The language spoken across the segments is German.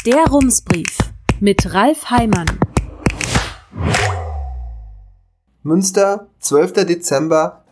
Der Rumsbrief mit Ralf Heimann. Münster, 12. Dezember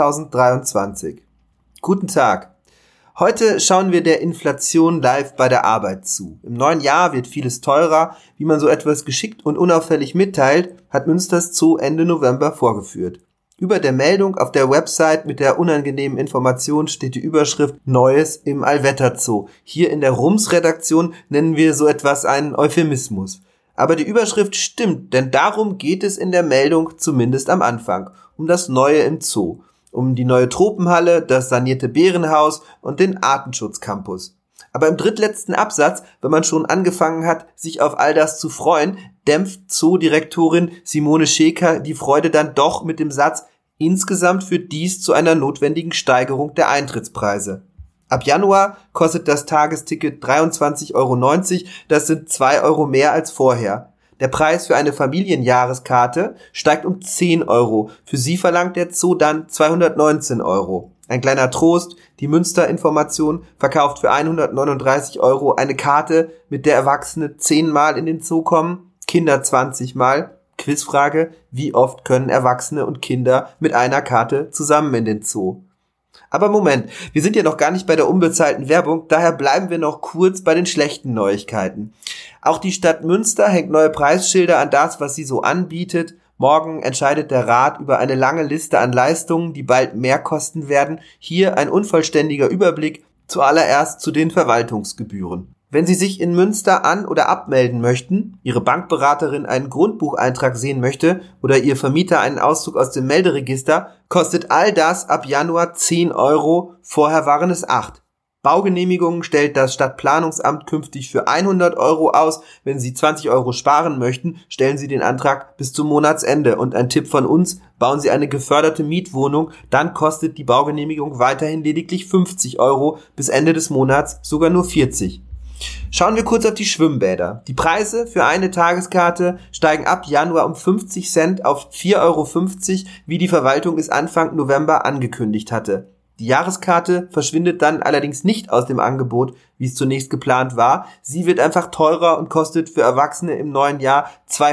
2023. Guten Tag. Heute schauen wir der Inflation live bei der Arbeit zu. Im neuen Jahr wird vieles teurer. Wie man so etwas geschickt und unauffällig mitteilt, hat Münsters Zoo Ende November vorgeführt. Über der Meldung auf der Website mit der unangenehmen Information steht die Überschrift Neues im Allwetterzoo. Hier in der Rums-Redaktion nennen wir so etwas einen Euphemismus. Aber die Überschrift stimmt, denn darum geht es in der Meldung zumindest am Anfang. Um das Neue im Zoo. Um die neue Tropenhalle, das sanierte Bärenhaus und den Artenschutzcampus. Aber im drittletzten Absatz, wenn man schon angefangen hat, sich auf all das zu freuen, dämpft Zoodirektorin Simone Scheker die Freude dann doch mit dem Satz: Insgesamt führt dies zu einer notwendigen Steigerung der Eintrittspreise. Ab Januar kostet das Tagesticket 23,90 €, das sind 2 € mehr als vorher. Der Preis für eine Familienjahreskarte steigt um 10 €. Für sie verlangt der Zoo dann 219 €. Ein kleiner Trost, die Münster-Information verkauft für 139 € eine Karte, mit der Erwachsene 10-mal in den Zoo kommen, Kinder 20-mal. Quizfrage: Wie oft können Erwachsene und Kinder mit einer Karte zusammen in den Zoo? Aber Moment, wir sind ja noch gar nicht bei der unbezahlten Werbung, daher bleiben wir noch kurz bei den schlechten Neuigkeiten. Auch die Stadt Münster hängt neue Preisschilder an das, was sie so anbietet. Morgen entscheidet der Rat über eine lange Liste an Leistungen, die bald mehr kosten werden. Hier ein unvollständiger Überblick, zuallererst zu den Verwaltungsgebühren. Wenn Sie sich in Münster an- oder abmelden möchten, Ihre Bankberaterin einen Grundbucheintrag sehen möchte oder Ihr Vermieter einen Auszug aus dem Melderegister, kostet all das ab Januar 10 €, vorher waren es 8. Baugenehmigungen stellt das Stadtplanungsamt künftig für 100 € aus. Wenn Sie 20 € sparen möchten, stellen Sie den Antrag bis zum Monatsende. Und ein Tipp von uns: Bauen Sie eine geförderte Mietwohnung, dann kostet die Baugenehmigung weiterhin lediglich 50 €, bis Ende des Monats sogar nur 40. Schauen wir kurz auf die Schwimmbäder. Die Preise für eine Tageskarte steigen ab Januar um 50 Cent auf 4,50 €, wie die Verwaltung es Anfang November angekündigt hatte. Die Jahreskarte verschwindet dann allerdings nicht aus dem Angebot, wie es zunächst geplant war. Sie wird einfach teurer und kostet für Erwachsene im neuen Jahr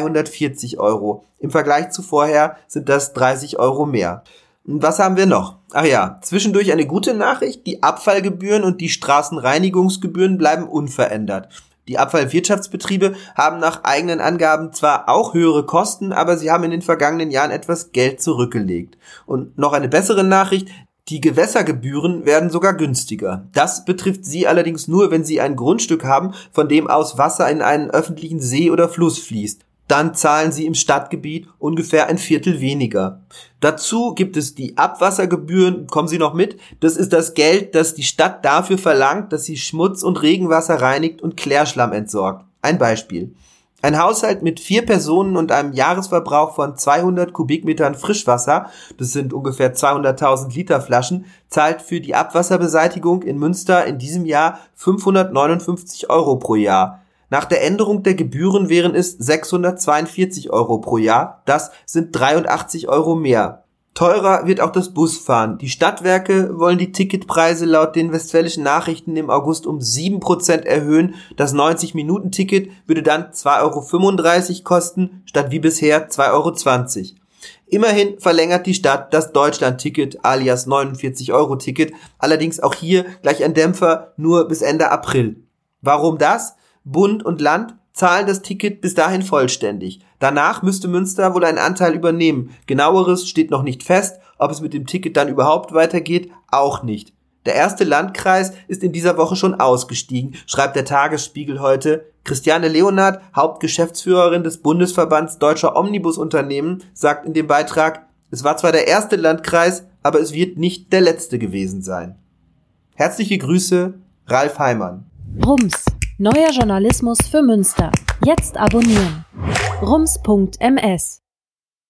240 €. Im Vergleich zu vorher sind das 30 € mehr. Und was haben wir noch? Ach ja, zwischendurch eine gute Nachricht: Die Abfallgebühren und die Straßenreinigungsgebühren bleiben unverändert. Die Abfallwirtschaftsbetriebe haben nach eigenen Angaben zwar auch höhere Kosten, aber sie haben in den vergangenen Jahren etwas Geld zurückgelegt. Und noch eine bessere Nachricht: Die Gewässergebühren werden sogar günstiger. Das betrifft Sie allerdings nur, wenn Sie ein Grundstück haben, von dem aus Wasser in einen öffentlichen See oder Fluss fließt. Dann zahlen Sie im Stadtgebiet ungefähr ein Viertel weniger. Dazu gibt es die Abwassergebühren. Kommen Sie noch mit? Das ist das Geld, das die Stadt dafür verlangt, dass sie Schmutz- und Regenwasser reinigt und Klärschlamm entsorgt. Ein Beispiel: Ein Haushalt mit 4 Personen und einem Jahresverbrauch von 200 Kubikmetern Frischwasser, das sind ungefähr 200.000 Liter Flaschen, zahlt für die Abwasserbeseitigung in Münster in diesem Jahr 559 € pro Jahr. Nach der Änderung der Gebühren wären es 642 € pro Jahr. Das sind 83 € mehr. Teurer wird auch das Busfahren. Die Stadtwerke wollen die Ticketpreise laut den Westfälischen Nachrichten im August um 7% erhöhen. Das 90-Minuten-Ticket würde dann 2,35 € kosten, statt wie bisher 2,20 €. Immerhin verlängert die Stadt das Deutschland-Ticket alias 49-€-Ticket. Allerdings auch hier gleich ein Dämpfer, nur bis Ende April. Warum das? Bund und Land zahlen das Ticket bis dahin vollständig. Danach müsste Münster wohl einen Anteil übernehmen. Genaueres steht noch nicht fest. Ob es mit dem Ticket dann überhaupt weitergeht, auch nicht. Der erste Landkreis ist in dieser Woche schon ausgestiegen, schreibt der Tagesspiegel heute. Christiane Leonhardt, Hauptgeschäftsführerin des Bundesverbands Deutscher Omnibusunternehmen, sagt in dem Beitrag: Es war zwar der erste Landkreis, aber es wird nicht der letzte gewesen sein. Herzliche Grüße, Ralf Heimann. Rums, neuer Journalismus für Münster. Jetzt abonnieren. rums.ms